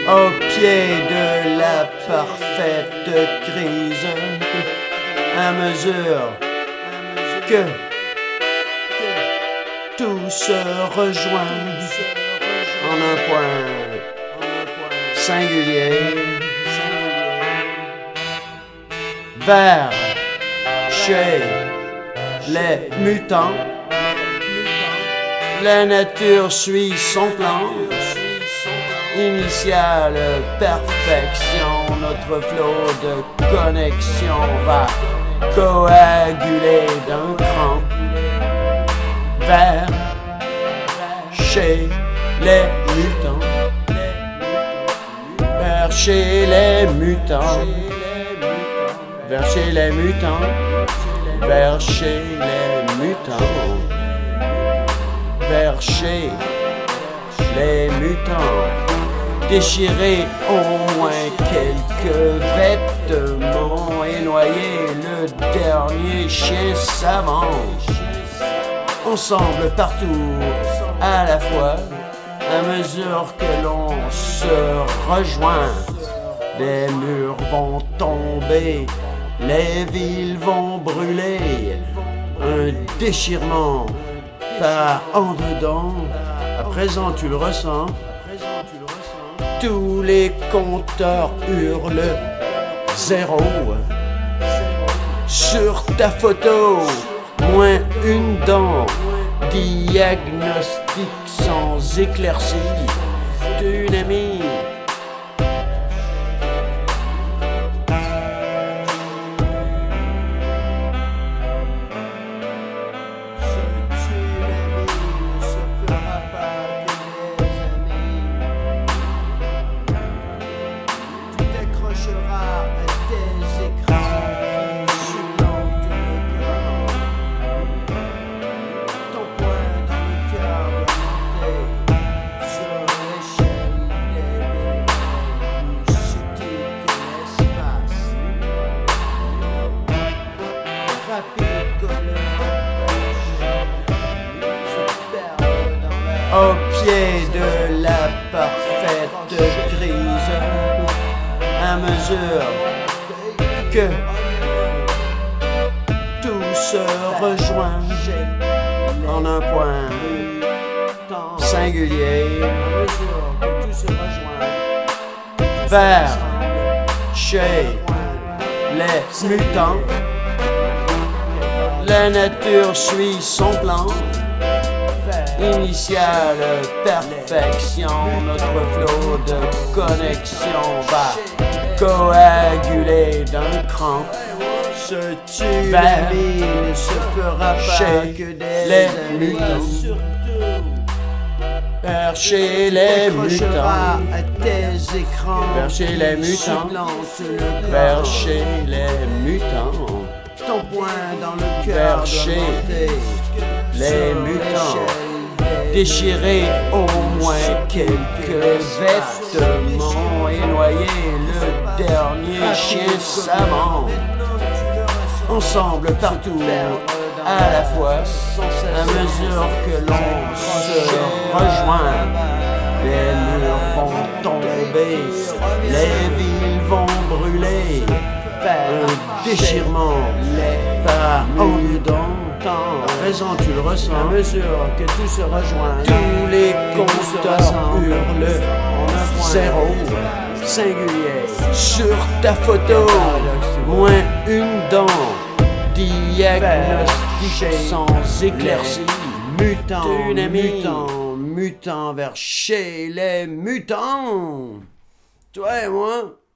Au pied de la parfaite crise, à mesure que tout se rejoint en un point singulier vers chez les mutants. La nature suit son plan, initiale perfection, notre flot de connexion va coaguler d'un cran vers chez les mutants, vers chez les mutants, vers chez les mutants, vers chez les mutants, vers chez les mutants. Déchirer au moins quelques vêtements et noyer le dernier chien savant. Ensemble partout à la fois, à mesure que l'on se rejoint, des murs vont tomber, les villes vont brûler, un déchirement par en dedans. À présent tu le ressens, tous les compteurs hurlent zéro. Sur ta photo, moins une dent, diagnostic sans éclaircie d'une amie. Au pied de la parfaite crise, à mesure que tout se rejoint en un point singulier vers chez les mutants. La nature suit son plan, initiale perfection, notre flot de connexion va coaguler d'un cran. Se tue la vie ne se fera pas que des mutants. Vers chez les mutants, à tes écrans, vers chez les mutants, vers chez les mutants, ton poing dans le cœur, vers chez les mutants. Déchirer au moins quelques vêtements et noyer le dernier chien savant. Ensemble partout à la fois, à mesure que l'on se rejoint, les murs vont tomber, les villes vont brûler, un déchirement par en dedans. À présent tu le ressens, à mesure que tout se rejoint, tous les compteurs hurlent zéro singulier. Sur ta photo, moins une dent, diagnostic sans éclaircie, mutant vers chez les mutants. Toi et moi.